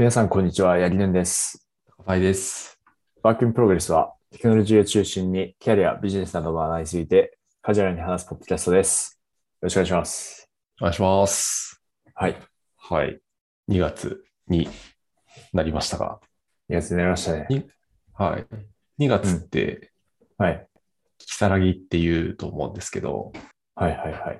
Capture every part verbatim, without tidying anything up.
皆さん、こんにちは。やりぬんです。 はいです。 ワークインプログレスは、テクノロジーを中心に、キャリア、ビジネスなどの話題について、カジュアルに話すポッドキャストです。よろしくお願いします。 お願いします。 はい。 はい。にがつになりましたが。 にがつになりましたね。 に、はい。にがつっうん。 て、 はい。 キサラギっていうと思うんですけど、 はいはいはい。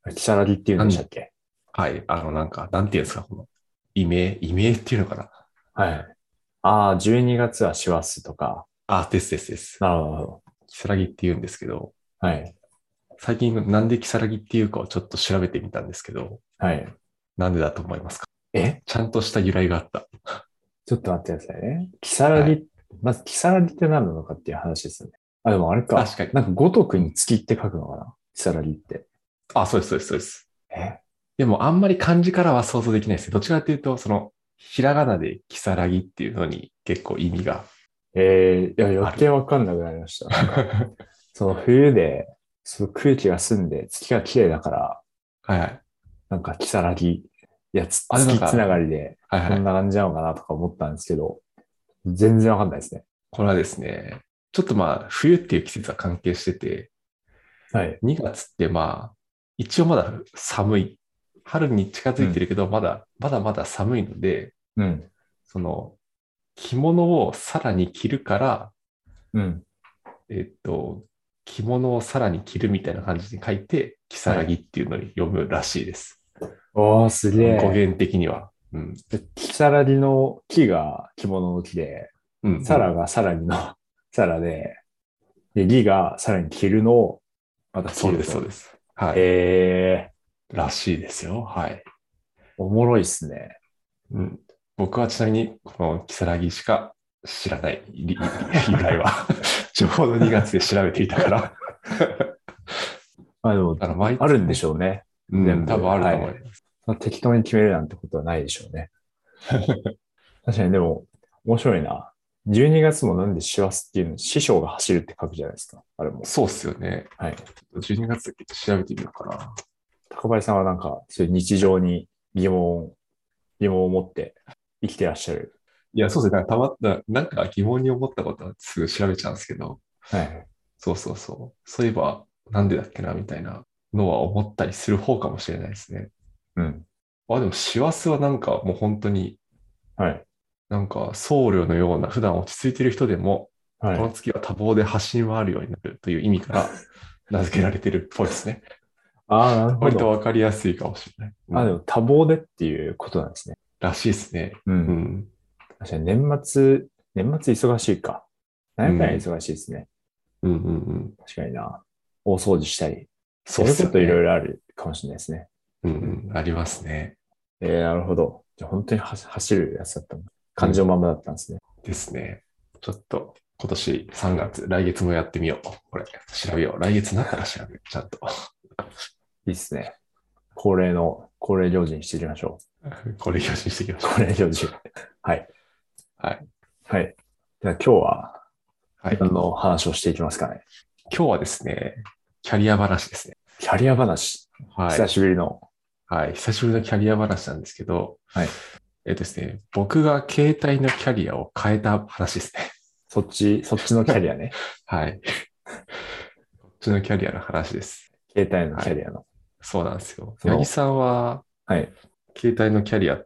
キサラギって言うんなん、 でしたっけ？ はい。あの、なんか、なんていうんですか、この、異名、異名っていうのかな。 はい。ああ、じゅうにがつは師走とか。 あ、ですですです。 なるほど。 キサラギって言うんですけど、 はい。 最近なんでキサラギっていうかをちょっと調べてみたんですけど、 はい。 なんでだと思いますか？ えちゃんとした由来があった。 ちょっと待ってくださいね。キサラはい。 ギ、まずキサラギって何なのかっていう話ですよね。あ、でもあれか。 確かに。 なんか、五徳うん。 に月って書くのかな、キサラギって。 あ、そうです、そうです、そうです。 えでもあんまり漢字からは想像できないですね。どちらかというと、その、ひらがなでキサラギっていうのに結構意味がえー、いや、余計ある。 わかんなくなりました。なんか、その冬で、その空気が澄んで月が綺麗だから、 はいはい。 なんか、如月、いや、つあれなんか、 月つながりで、こんなはいはい。 感じなのかなとか思ったんですけど、全然わかんないですね。 これはですね、ちょっとまあ、冬っていう季節は関係してて、 はい。 にがつってまあ、一応まだ寒い。春に近づうん。 いてるけど、まだ、まだまだ寒いので、 うん。 その、着物をさらに着るから、 うん。 えっと、着物をさらに着るみたいな感じに書いて、キサラギはい。 っていうのに読むらしいです。 おー、すげえ。 語源的には。うん。 で、如月の木が着物の木で、 うんうん。 サラがさらにのサラで、で、ギがさらに着るのをまた着そうです、そうると。 です。はい。 えらしいですよ。はい。 ー、おもろいっすね。 うん。僕はちなみに、このキサラギしか知らない、りり由来はちょうどにがつで調べていたからまあでも、 あの、毎あるんで月ね、 しょうね。 うん、 全部。 多分あるはい。 と思います。 適当に決めるなんてことはないでしょうね。確かにでも、面白いな。じゅうにがつもなんで師走っていうの、師匠が走るって書くじゃないですか。あれも。 そうっすよね。 はい。 じゅうにがつだけ調べてみようかな。 高林さんはなんか、そういう日常に疑問、疑問を持って生きてらっしゃる。 いや、そうですね。たまった、なんか疑問に思ったことはすぐ調べちゃうんですけど、 はい。 そうそうそう。そういえば、なんでだっけな、みたいなのは思ったりする方かもしれないですね。 うん。 あ、でも、師走はなんかもう本当にはい。 なんか僧侶のような普段落ち着いている人でも、このはい。 月は多忙で発信はあるようになるという意味から名付けられてるっぽいですね。 ああ、なるほ割とど。 わかりやすいかもしれない。うあ、でん。 も多忙でっていうことなんですね。 らしいですね。 うん。 うん。 確かに年末、年末忙しいか。何やかんやうん。 忙しいですね。 うんうんうん。 確かにな。大掃除したり。 そうっやることいろいすよね。 ろあるかもしれないですね。 うんうん。ありますね。 えー、なるほど。じゃあ本当には走るやつだったの。 うん。 感情ままだったんですね。 ですね。ちょっと今年さんがつ、来月もやってみよう。これ、調べよう。来月になったら調べる。ちゃんと。 いいっすね。恒例の、恒例行事にしていきましょこれ表示していきまう。 しょ恒例行事。はい。 う。はい。 はい。じゃあ今日ははい。 何の話をしていきますかね。 今日はですね、キャリア話ですね。 キャリア話。久はい。 しぶりの。 はい。久しぶりのキャリア話なんですけど、 はい。 えっとですね、僕が携帯のキャリアを変えた話ですね。 そっち、そっちのキャリアね。 はい。こっちのキャリアの話です。 携帯のはい。 キャリアの。 そうなんですよ。 その、 八木さんは、 はい。 携帯のキャリアって、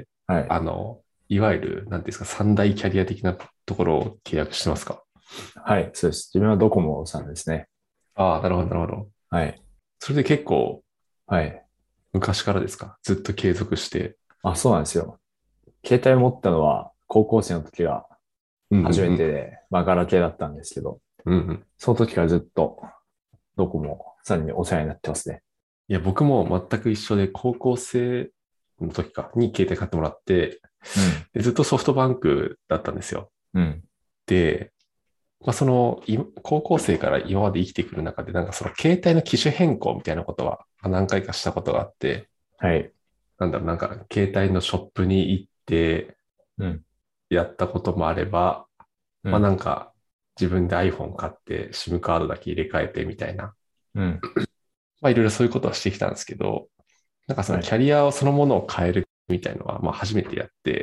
はい。 あの、いわゆる、なんていうんですか、三大キャリア的なところを契約してますか？ はい。そうです。自分はドコモさんですね。 ああ、なるほど、なるほど。 はい。 それで結構、 はい。 昔からですか？ずっと継続して。 あ、そうなんですよ。携帯持ったのは高校生の時がうんうん初めうん。 てで、まあガラケーだったんですけど、 うんうん。 その時からずっとドコモさんにお世話になってますね。 いや、僕も全く一緒で、高校生の時かに携帯買ってもらって、 うん。 でずっとソフトバンクだったんですよ。 うん。 で、まあ、その、い高校生から今まで生きてくる中で、なんかその携帯の機種変更みたいなことはまあ何回かしたことがあって、 はい。 なんだろう、なんか携帯のショップに行ってうん。 やったこともあれば、まあなうん。 んか自分で iPhone 買って SIM カードだけ入れ替えてみたいな、 うん。 まあいろいろそういうことはしてきたんですけど、なんかそのはい。 キャリアをそのものを変えるみたいのは、まあ初めてやって、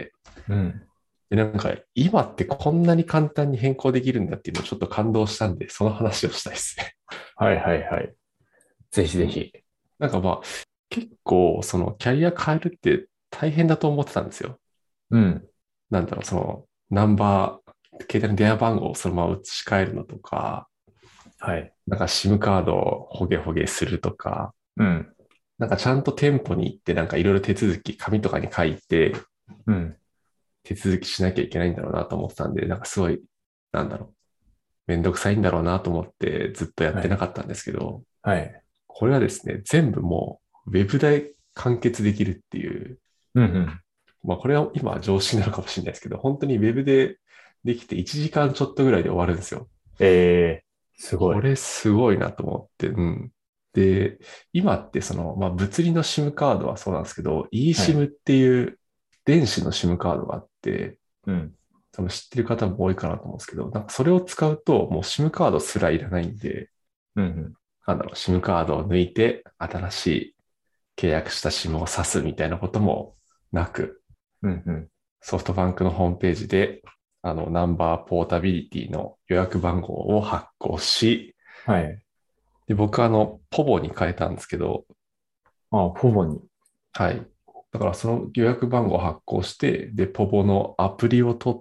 うん。 で、なんか今ってこんなに簡単に変更できるんだっていうのをちょっと感動したんで、その話をしたいですね。 はいはいはい。ぜひうん。 ぜひ。 なんかまあ、結構そのキャリア変えるって大変だと思ってたんですよ。 うん。 なんだろう、そのナンバー、携帯の電話番号をそのまま移し替えるのとか、 はい。 なんか SIM カードをホゲホゲするとか、 うん。 なんかちゃんと店舗に行ってなんかいろいろ手続き、紙とかに書いてうん。 手続きしなきゃいけないんだろうなと思ってたんで、なんかすごい、なんだろう、めんどくさいんだろうなと思ってずっとやっはい。 てなかったんですけど、 はい。 これはですね、全部もうウェブで完結できるっていう、 うんうん。 まあこれは今は常識なのかもしれないですけど、本当にウェブでできていちじかんちょっとぐらいで終わるんですよ。 ええー、すごい。 これすごいなと思って、うん。で、今ってその、まあ物理の SIM カードはそうなんですけど、 はい。 eSIM っていう電子の SIM カードがあって、 うん。 多分知ってる方も多いかなと思うんですけど、なんかそれを使うともう SIM カードすらいらないんで、 うんうん。 なんだろう、SIM カードを抜いて新しい契約した SIM を挿すみたいなこともなく、 うんうん。 ソフトバンクのホームページで、あの、ナンバーポータビリティの予約番号を発行し、 はい。 で、僕はあの、ポボに変えたんですけど、 あ、ほぼに。 はい。だからその予約番号を発行して、で、ポボのアプリを取って、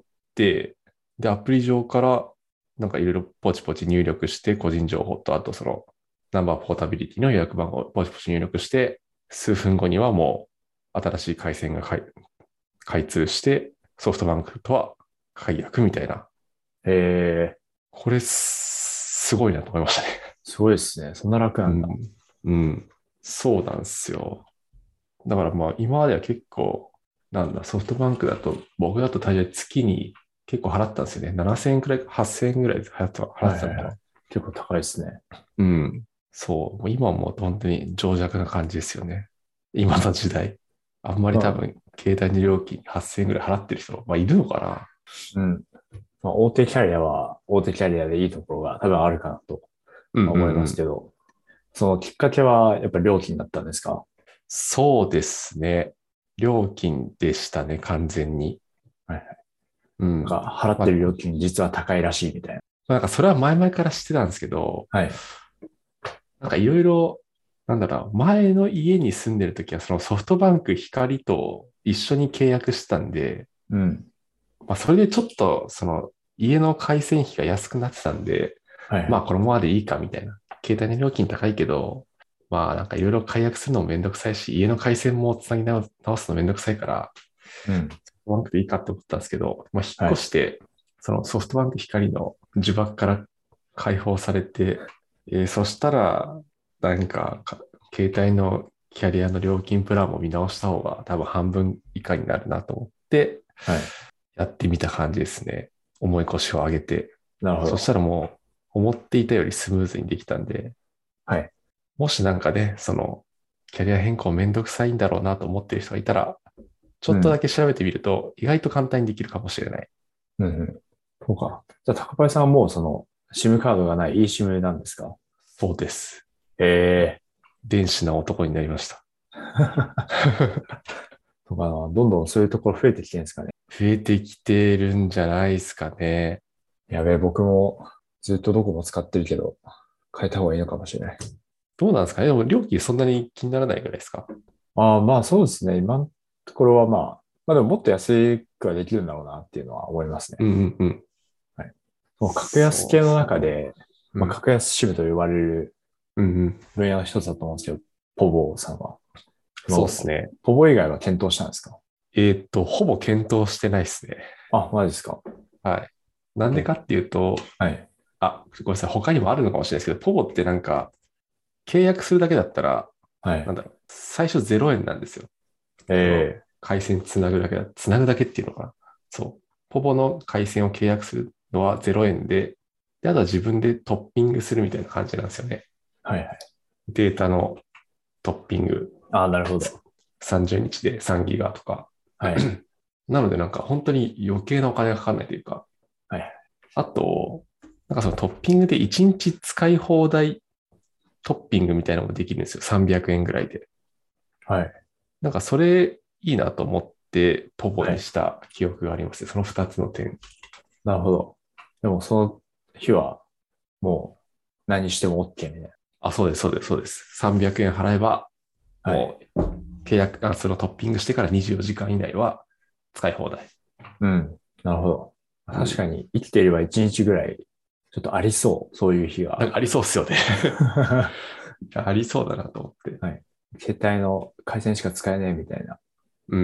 で、アプリ上からなんかいろいろポチポチ入力して、個人情報と、あとそのナンバーポータビリティの予約番号をポチポチ入力して、数分後にはもう新しい回線が開開通して、ソフトバンクとは解約みたいな。 ええー、 これす、すごいなと思いましたね。 すごいですね。そんな楽なんだ。 うん。うん。そうなんですよ。だからまあ今までは結構、なんだ、ソフトバンクだと、僕だと大体月に結構払ったんですよね。ななせんえんくらい、はっせんえんぐらい払ってた払ってたのかな。 はいはいはい。結構高いですね。 うん。そう。もう今はもう本当に情弱な感じですよね。今の時代。あんまりまあ、 多分、携帯の料金はっせんえんぐらい払ってる人、まあいるのかな。 うん。まあ、大手キャリアは大手キャリアでいいところが多分あるかなとうんうん思いうん。 ますけど、そのきっかけはやっぱり料金だったんですか？ そうですね。料金でしたね、完全に。 はいはい。 うん。 なんか払っまあ、 てる料金実は高いらしいみたいな。 なんかそれは前々から知ってたんですけど、 はい。 なんかいろいろ、なんだろう、前の家に住んでるときは、そのソフトバンク光と一緒に契約してたんで、 うん。 まあ、それでちょっと、その、家の回線費が安くなってたんで、まあ、 はいはい。 このままでいいかみたいな。携帯の料金高いけど、まあ、なんかいろいろ解約するのもめんどくさいし、家の回線もつなぎ直すのめんどくさいから、 うん。 ソフトバンクでいいかって思ったんですけど、まあ、引っはい。 越して、そのソフトバンク光の呪縛から解放されて、えーそしたら、何かか、携帯のキャリアの料金プランも見直した方が多分半分以下になるなと思って、 はい。 やってみた感じですね。重い腰を上げて。そしたなるほど。 らもう、思っていたよりスムーズにできたんで、 はい。 もしなんかね、その、キャリア変更めんどくさいんだろうなと思っている人がいたら、ちょっとだうん。 け調べてみると、意外と簡単にできるかもしれない。 うんうん。そうか。じゃあ、高林さんはもうその、SIM カードがない eSIM なんですか？ そうです。 ええ電子な男になりました。 ー。そうかな。どんどんそういうところ増えてきてるんですかね。 増えてきてるんじゃないですかね。 やべえ、僕もずっとどこも使ってるけど、変えた方がいいのかもしれない。 どうなんですかね。でも料金そんなに気にならないぐらいですか？ ああ、まあそうですね。今のところはまあ、まあでももっと安くはできるんだろうなっていうのは思いますね。 うんうんうん。 はい。もう格安そう系のですね。 中で、まあ、 うん。 格安支部と呼ばれるうんうん。 分野の一つだと思うんですけど、ポボさんは。その、 そうですね。 ポボ以外は検討したんですか？ えーっと、ほぼ検討してないですね。 あ、マジですか。 はい。なんでえ、 かっていうと、 はい。 あ、ごめんなさい。他にもあるのかもしれないですけど、ポボってなんか、契約するだけだったら、 はい。 なんだろう、最初ゼロえんなんですよ。その、 え回線つなぐだけだ、つなぐだけっていうのかな。そう。ポボの回線を契約するのはゼロえんで、で、あとは自分でトッピングするみたいな感じなんですよね。 ー、はいはい。 データのトッピング、 あ、なるほど。 さんじゅうにちでさんギガとか。 はい。 なのでなんか本当に余計なお金がかかんないというか、 はい。 あと、なんかそのトッピングでいちにち使い放題トッピングみたいなのもできるんですよ。さんびゃくえんぐらいで。 はい。 なんかそれいいなと思ってポボにした記憶がありますね。そのふたつの点。 なるほど。でもその日はもう何しても OK みたいな。 あ、そうです、そうです、そうです。さんびゃくえん払えば、 はい。 もう契約、あ、そのトッピングしてからにじゅうよじかん以内は使い放題。 うん。なるほど。 うん確かに生きていればいちにちぐらいちょっとありそう。そういう日が。 なんかありそうっすよね。 はありそうだなと思って。 い。携帯の回線しか使えないみたいな。 うん。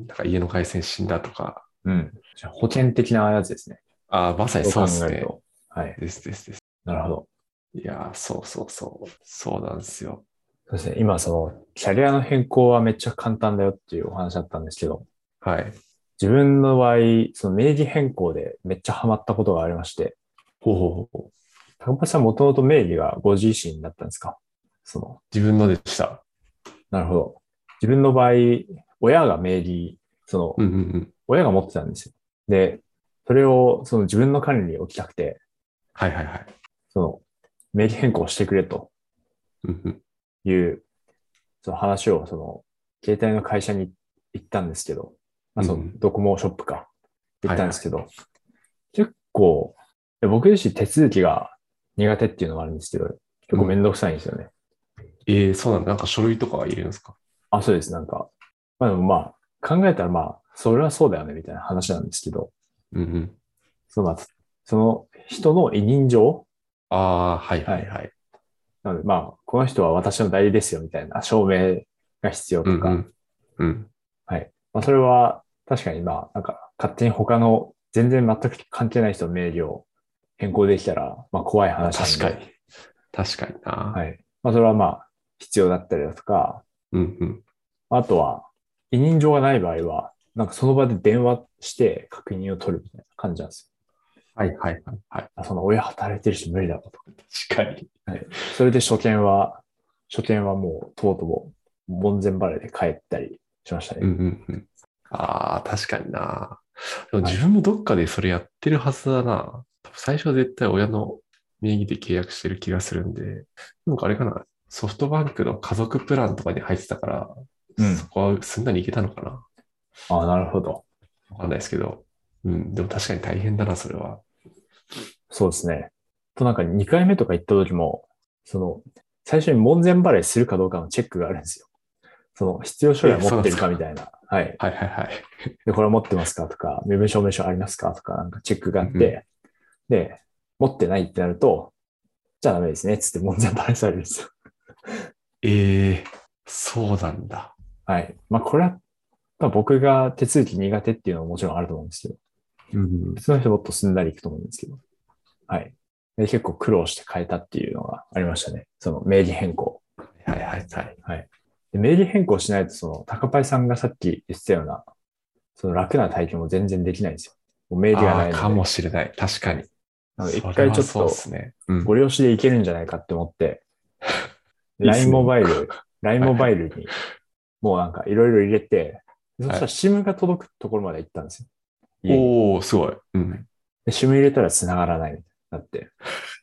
なんか家の回線死んだとか。 うん。じゃあ保険的なやつですね。 ああ、まさにそう考そうっすね。 えると。はい。 ですですです。 なるほど。 いやー、そうそうそう。そうなんですよ。 そうですね。今そのキャリアの変更はめっちゃ簡単だよっていうお話だったんですけど、 はい。 自分の場合、その名義変更でめっちゃハマったことがありまして、 ほうほうほうほう。 高橋さんもともと名義がご自身だったんですか？その、 自分のでした。 なるほど。自分の場合、親が名義、その、 うんうんうん。 親が持ってたんですよ。で、それをその自分の管理に置きたくて、 はいはいはい。 その、名義変更してくれとうんうん。 いう、その話を、その、携帯の会社に行ったんですけど、まあ、その、 うんうん。 ドコモショップか、行っはいはい。 たんですけど、結構、僕自身手続きが苦手っていうのがあるんですけど、結うん。 構めんどくさいんですよね。 えー、そうなんだ。なんか書類とかはいるんですか？ あ、そうです。なんか、まあでもまあ、考えたらまあ、それはそうだよね、みたいな話なんですけど、 うんうん。 その、まあ、その人の委任状。 ああ、はいははい。 いはい。 なので、まあ、この人は私の代理ですよ、みたいな証明が必要とか。 うんうん。うん。 はい。まあ、それは、確かにまあ、なんか、勝手に他の、全然全く関係ない人の名義を変更できたら、まあ、怖いまあ話なんで、 確かに。確かにな。 はい。まあ、それはまあ、必要だったりだとか、 うんうん。 あとは、委任状がない場合は、なんかその場で電話して確認を取るみたいな感じなんですはいはいはいはい。 よ。あ、その親働いてるし無理だろうとか。 確かに。 はい。それで初見は、初見はもう、とうとう、門前払いで帰ったりしましたうんね。 うんうん。ああ、確かにな。でもはい。 自分もどっかでそれやってるはずだな。多分最初は絶対親の名義で契約してる気がするんで、なんかあれかな。ソフトバンクの家族プランとかに入ってたから、 うん。 そこはすんなりいけたのかな。 ああ、なるほど。 わかんないですけど。うん、でも確かに大変だな、それは。 そうですね。となんかにかいめとか行った時も、その、最初に門前払いするかどうかのチェックがあるんですよ。その、必要書類え、 は持ってそうなんですか。 るかみたいな。はい。 はいはいはい。 で、これは持ってますかとか、身分証明書ありますかとか、なんかチェックがあうんうん。 って、で、持ってないってなると、じゃあダメですね。つって門前払いされるんですよ。 ええ、そうなんだ。 はい。まあ、これは、まあ、僕が手続き苦手っていうのももちろんあると思うんですけど、 うんうん。 普通の人もっとすんなりいくと思うんですけど、はい。で、結構苦労して変えたっていうのがありましたね。その名義変更。 はいはいはい。 はい。で、名義変更しないと、その、高パイさんがさっき言ってたような、その楽な体験も全然できないんですよ。もう名義がああ、かもないので。 しれない。確かに。 はい。なので、一それ回ちはそうっょっと、 すね。うん。 ご了承でいけるんじゃないかって思って、 いいっラインすね。 モバイル、ライン モはいはい。 バイルに、もうなんかいろいろ入れて、そしたらはい。 SIM が届くところまで行ったんですよ。家に。 おー、すごい。うん。 で、SIM 入れたら繋がらないみたいになって、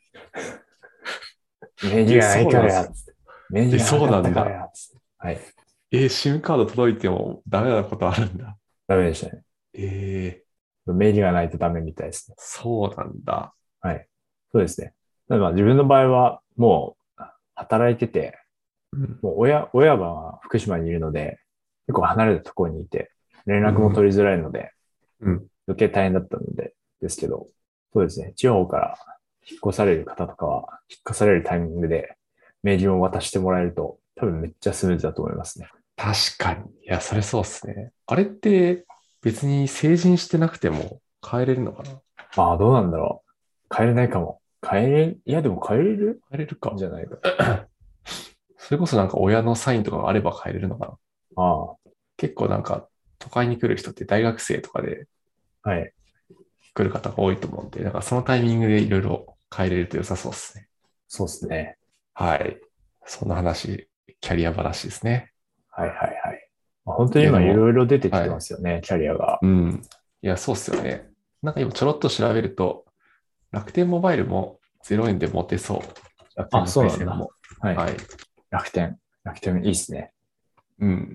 名義え、 がないそうなんす。 からや、つって。名義え、そうがなかっなんだ。 たからや、つって。はい。 え、SIM カード届いてもダメなことあるんだ。 ダメでしたね。 ええ、 名義がないとダメみたいですね。 そうなんだ。 はい。そうですね。ただまあ自分の場合は、もう、働いてて、 うん。 もう親、親は福島にいるので、結構離れたところにいて、連うん。 絡も取りづらいので、 うん。 余計大変だったので、ですけど、そうですね。地方から引っ越される方とかは、引っ越されるタイミングで名義を渡してもらえると、多分めっちゃスムーズだと思いますね。 確かに。いや、それそうっすね。あれって別に成人してなくても変えれるのかな？ ああ、どうなんだろう。変えれないかも。変えれ、いやでも変えれる変えれるか。 んじゃないか。 それこそなんか親のサインとかがあれば変えれるのかな？ ああ、 結構なんか都会に来る人って大学生とかではい。 来る方が多いと思うんで、なんかそのタイミングでいろいろ変えれると良さそうですね。 そうですね。 はい。そんな話、キャリア話ですね。 はいはいはい。まあ本当にいや、で今いろいも、 ろ出てきてまはい。 すよね、キャリアが。 うん。いや、そうっすよね。なんか今ちょろっと調べると、楽天モバイルもぜろえんで持てそう。楽天あ、 のそうなんだ。 回線も。 はい。 はい。 楽天。楽天いいっすね。 うん。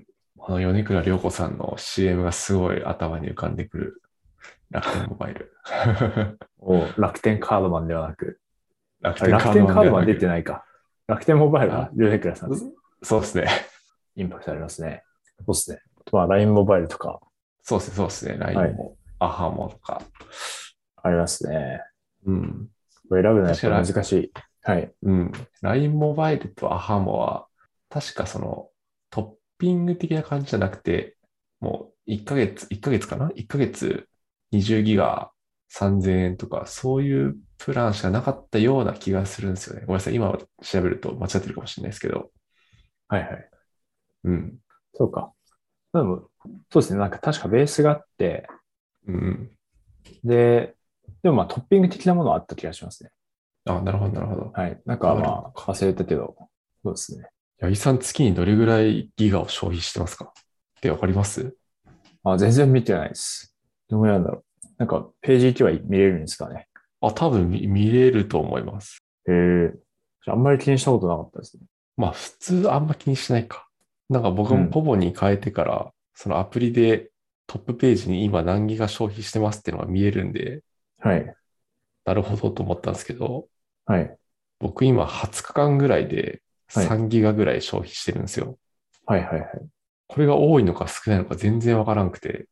あの、米倉涼子さんの シーエム がすごい頭に浮かんでくる楽天モバイル。 お楽天カードマンではなく、あれ楽天カード楽天カードマン出マンではなく、 てないか。楽天モバイルはあ、 米倉さんです。 そうですね。 インパクトありますね。そうですね。まあ、ライン モバイルとか、 そうですね、そうですね。 はラインい、 も、アハモとか。 ありますね。 うん。 これ選ぶのはやっぱ確かラ、 難しい。はい。 うん。ライン モバイルとアハモは、確かその、トッピング的な感じじゃなくて、もういっかげつ、いっかげつかな？ いっ ヶ月にじゅうギガさんぜんえんとか、そういうプランしかなかったような気がするんですよね。ごめんなさい。今調べると間違ってるかもしれないですけど。 はいはい。 うん。 そうか。でも、そうですね。なんか確かベースがあって、 うん。 で、でもまあトッピング的なものはあった気がしますね。 あ、なるほど、なるほど。 はい。なんあるのかまあか。 忘れたけど、そうですね。 八木さん月にどれぐらいギガを消費してますかってわかります？ あ、全然見てないです。どうなんだろう。なんかページいちは見れるんですかね。 あ、多分見、見れると思います。 えー、あんまり気にしたことなかったですね。 まあ普通あんま気にしないか。なんか僕うん。 もポボに変えてから、そのアプリでトップページに今何ギガ消費してますっていうのが見えるんで、 はい。 なるほどと思ったんですけど、 はい。 僕今はつかかんぐらいではい。 さんギガぐらい消費してるんですよ。 はい。はい。はい。 これが多いのか少ないのか全然わからんくて。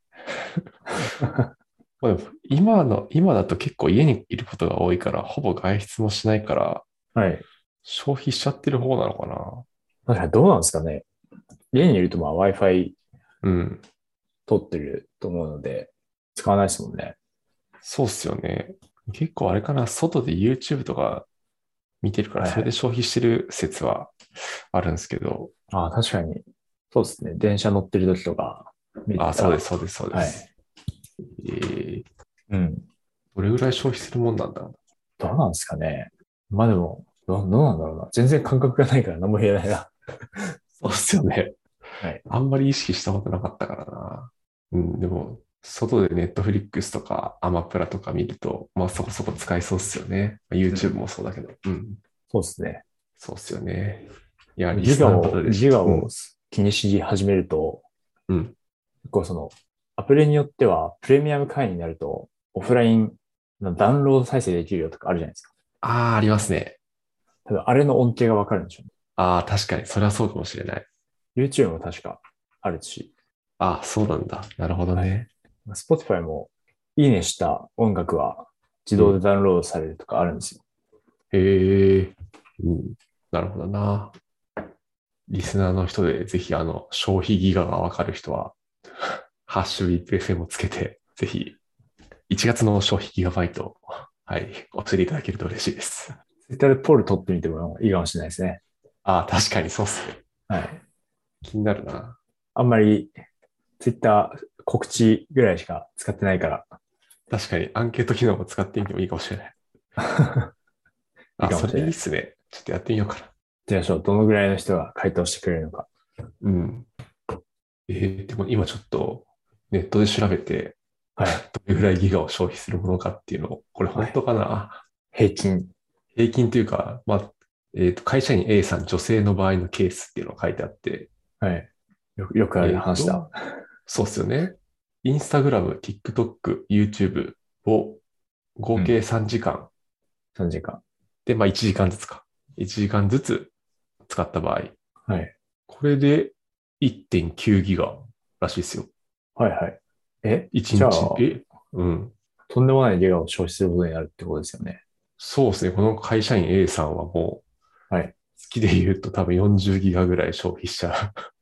まあでも今の、今だと結構家にいることが多いから、ほぼ外出もしないから、 はい。 消費しちゃってる方なのかな。 確かにどうなんですかね。家にいるとまあ Wi-Fi うん。 取ってると思うので、使わないですもんね。 そうっすよね。結構あれかな、外で YouTube とか見てるから、それではいはい。 消費してる説はあるんですけど、 ああ、確かに。そうですね。電車乗ってる時とか見てあ、 たら、 そうです、そうです、そうではい。 す。えー、 うん。 どれぐらい消費するもんなんだろうな。 どうなんですかね。まあでも、どどうなんだろうな。全然感覚がないから何も言えないな。 そうっすよね。 はい。 あんまり意識したことなかったからな。うん、でも、外で Netflix とかアマプラとか見ると、まあそこそこ使いそうっすよね。まあう YouTube ん。 もそうだけど。うん。 そうですね。 そうっすよね。いや、リギスナーのガを、 方でし、 ギガをうん。 気にし始めると、 うん。 結構その、アプリによっては、プレミアム会員になると、オフラインのダウンロード再生できるよとかあるじゃないですか。 ああ、ありますね。 多分、あれの恩恵がわかるんでしょうああ、確かに。それはそうかもしれない。 ね。YouTube も確かあるし、 ああ、そうなんだ。なるほどはい。 ね。 Spotify も、いいねした音楽は自うん。 動でダウンロードされるとかあるんですよ。 へえ。うん。なるほどな。リスナーの人で、ぜひ、あの、消費ギガがわかる人は、ハッシュ ビーピーエフエム をつけて、ぜひ、いちがつの消費ギガバイトを、はい、教えていただけると嬉しいです。 Twitter でポール取ってみてもいいかもしれないですね。 ああ、確かにそうっすね。 はい。 気になるな。 あんまり Twitter 告知ぐらいしか使ってないから。 確かに、アンケート機能も使ってみてもいいかもしれない。 いいあ、それいいかもしれない。 っすね。ちょっとやってみようかな。 じゃあ、しょう。どのぐらいの人が回答してくれるのか。 うん。えー、でも今ちょっと、ネットで調べて、 はい。 どれぐらいギガを消費するものかっていうのを、これはい。 本当かな？ 平均。 平均というか、まあ、えっと、会社員 A さん女性の場合のケースっていうのが書いてあって、 はい。よく、よくあるえっ話だ。 と、そうっすよね。インスタグラム、TikTok、YouTube を合計うん。 さんじかんさんじかん。 で、まあいちじかんずつか。いちじかんずつ使った場合、 はい。 これでいってんきゅうギガらしいですよ。 はいはい。え 1日、 じゃあ、 え、うん。 とんでもないギガを消費することになるってことですよね。 そうですね。この会社員 A さんはもう、 はい。 月で言うと多分よんじゅうギガぐらい消費しちゃう。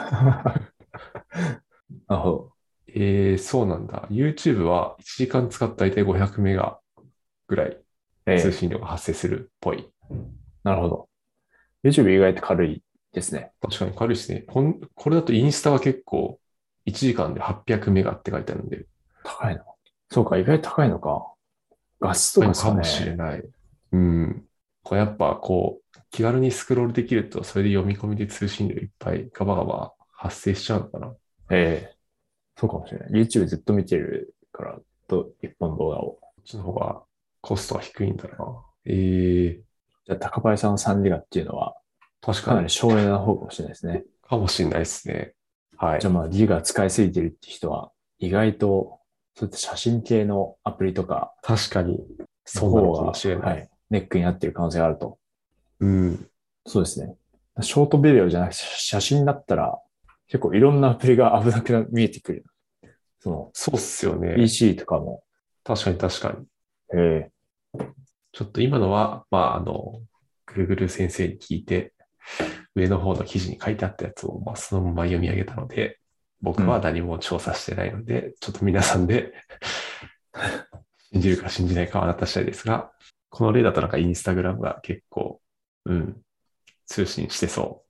なるほど。 えー、そうなんだ。YouTube はいちじかん使ったら大体ごひゃくメガぐらい通ええ、 信量が発生するっぽい。 なるほど。YouTube 意外と軽いですね。 確かに軽いですね。こん、これだとインスタは結構いちじかんではっぴゃくメガって書いてあるんで、 高いの。そうか、意外と高いのか。画質とかです高いのかもしれかね。 ない。うん。これやっぱこう、気軽にスクロールできると、それで読み込みで通信量いっぱいガバガバ発生しちゃうのかな。こええ、そうかもしれない。YouTube ずっと見てるから、と、一本動画を。 っちの方がコストは低いんだな。ええ、 じゃあ、高林さんのさんギガっていうのは、かなり確かに。 省エネな方かもしれないですね。 かもしれないですね。 はいじゃ。あまあ、ギガ使いすぎてるって人は、意外と、そういった写真系のアプリとか確かに、 のそうなのか方が、 もしれない。 はい、ネックになっている可能性があると。 うん。 そうですね。ショートビデオじゃなくて写真だったら、結構いろんなアプリが危なくな見えてくる。その、 そうっすよね。 ピーシー とかも。 確かに確かに。 えちょっと今のは、まあ、あの、Google 先生に聞いて、上の方の記事に書いてあったやつを、まあ、そのまま読み上げたので、僕は何も調査してないので、うん、ちょっと皆さんで信じるか信じないかはあなた次第ですが、この例だとなんかインスタグラムが結構、うん、通信してそう。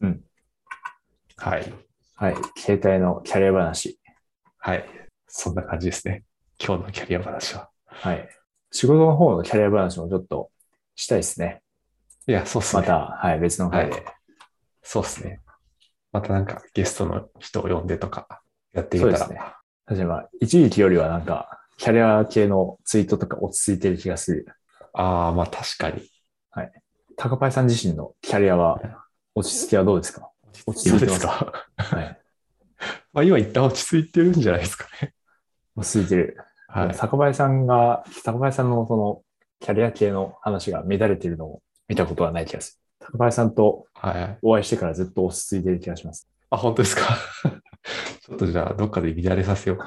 うん。 はい。 はい。携帯のキャリア話。 はい。そんな感じですね。今日のキャリア話は。 はい。仕事の方のキャリア話もちょっとしたいですね。 いや、そうっすね。 また、はい、別の回で。 はい、そうっすね。またなんかゲストの人を呼んでとかやっていけたら。そうですね。 確かにまあ、一時期よりはなんか、キャリア系のツイートとか落ち着いてる気がする。 ああ、まあ確かに。 はい。高パイさん自身のキャリアは、落ち着きはどうですか？ 落ち着いてますか？はい。まあ今一旦落ち着いてるんじゃないですかね。 落ち着いてる。 はい。 高林さんが、高林さんのその、キャリア系の話が乱れているのを見たことはない気がする。高林さんとお会いしてからずっと落ち着いている気がします。 はい、あ、本当ですか？ちょっとじゃあ、どっかで乱れさせよう。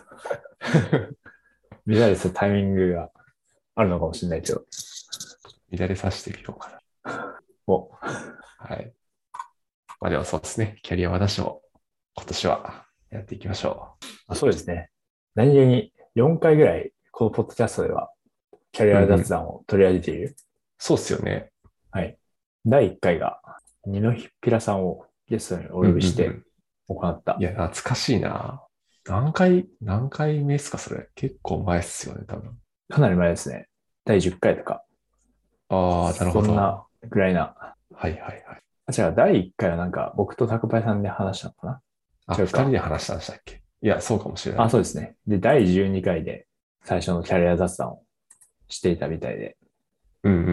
乱れたタイミングがあるのかもしれないけど。 乱れさせてみようかな。 お。 はい。まあでもそうですね。キャリア話を今年はやっていきましょう。 あ、そうですね。何気によんかいぐらい、このポッドキャストでは、キャリア雑談を取り上げている。うんうん、 そうっすよね。 はい。だいいっかいが、二のひっぴらさんをゲストにお呼びして行った。 うんうんうん、いや、懐かしいな。何回、何回目ですか、それ。結構前っすよね、多分。 かなり前ですね。だいじゅっかいとか。 ああ、なるほど。 そんなぐらいな。 はいはいはい。 あ、違う、だいいっかいはなんか僕と高林さんで話したのかな？ あ、二人で話したんでしたっけ？いや、そうかもしれない。 あ、そうですね。で、だいじゅうにかいで最初のキャリア雑談をしていたみたいで。 うんうんうん。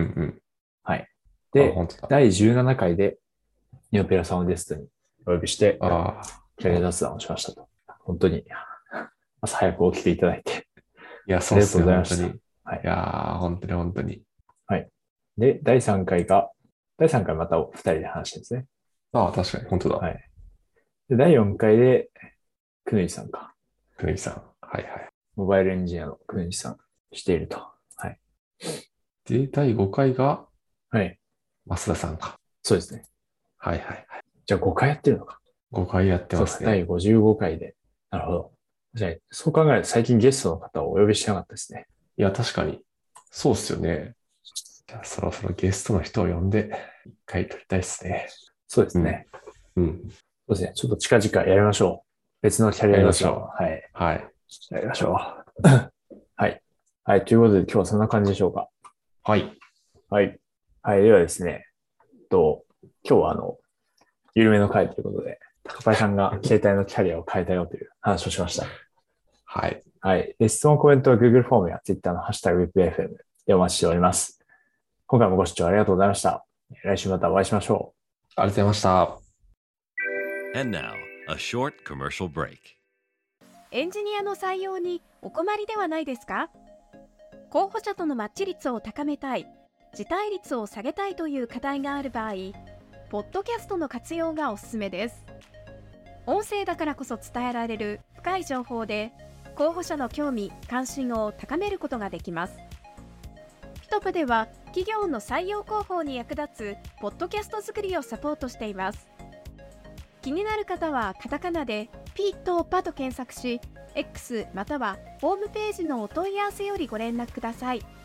はい。で、だいじゅうななかいでニオペラさんをゲストにお呼びして、 あキャリア雑談をしましたと。本当に、朝早く起きていただいて。 いや、そうですね。 ありがとうございました。 はい、いやー、本当に本当に。 はい。で、だいさんかいが、だいさんかいまたふたりで話してるんですね。 ああ、確かに、本当だ。 はい。で、だいよんかいで、くぬいさんか。 くぬいさん。はいはい。 モバイルエンジニアのくぬいさんしていると。はい。 で、だいごかいが、 はい。 増田さんか。 そうですね。 はいはいはい。 じゃあごかいやってるのか。 ごかいやってますね。 だいごじゅうごかいで。なるほど。じゃあ、そう考えると最近ゲストの方をお呼びしてなかったですね。 いや、確かに。そうっすよね。じゃあ、そろそろゲストの人を呼んで、一回撮りたいですね。 そうですね。 うん。うん、 そうですね。ちょっと近々やりましょう。別のキャリア雑談を。はい。 はい。 やりましょう。はい。はい。ということで今日はそんな感じでしょうか。 はい。 はい。はい。ではですね。と、今日はあの、緩めの回ということで、高林さんが携帯のキャリアを変えたよという話をしました。 はい。 はい。で、質問、コメントは Google フォームや Twitter のハッシュタグ ウィープエフエム でお待ちしております。今回もご視聴ありがとうございました。来週またお会いしましょう。ありがとうございました。 And now, a short commercial break. エンジニアの採用にお困りではないですか？候補者とのマッチ率を高めたい、辞退率を下げたいという課題がある場合、ポッドキャストの活用がおすすめです。音声だからこそ伝えられる深い情報で、候補者の興味・関心を高めることができます。ピトプでは企業の採用広報に役立つポッドキャスト作りをサポートしています。気になる方はカタカナでピーとパと検索し、X またはホームページのお問い合わせよりご連絡ください。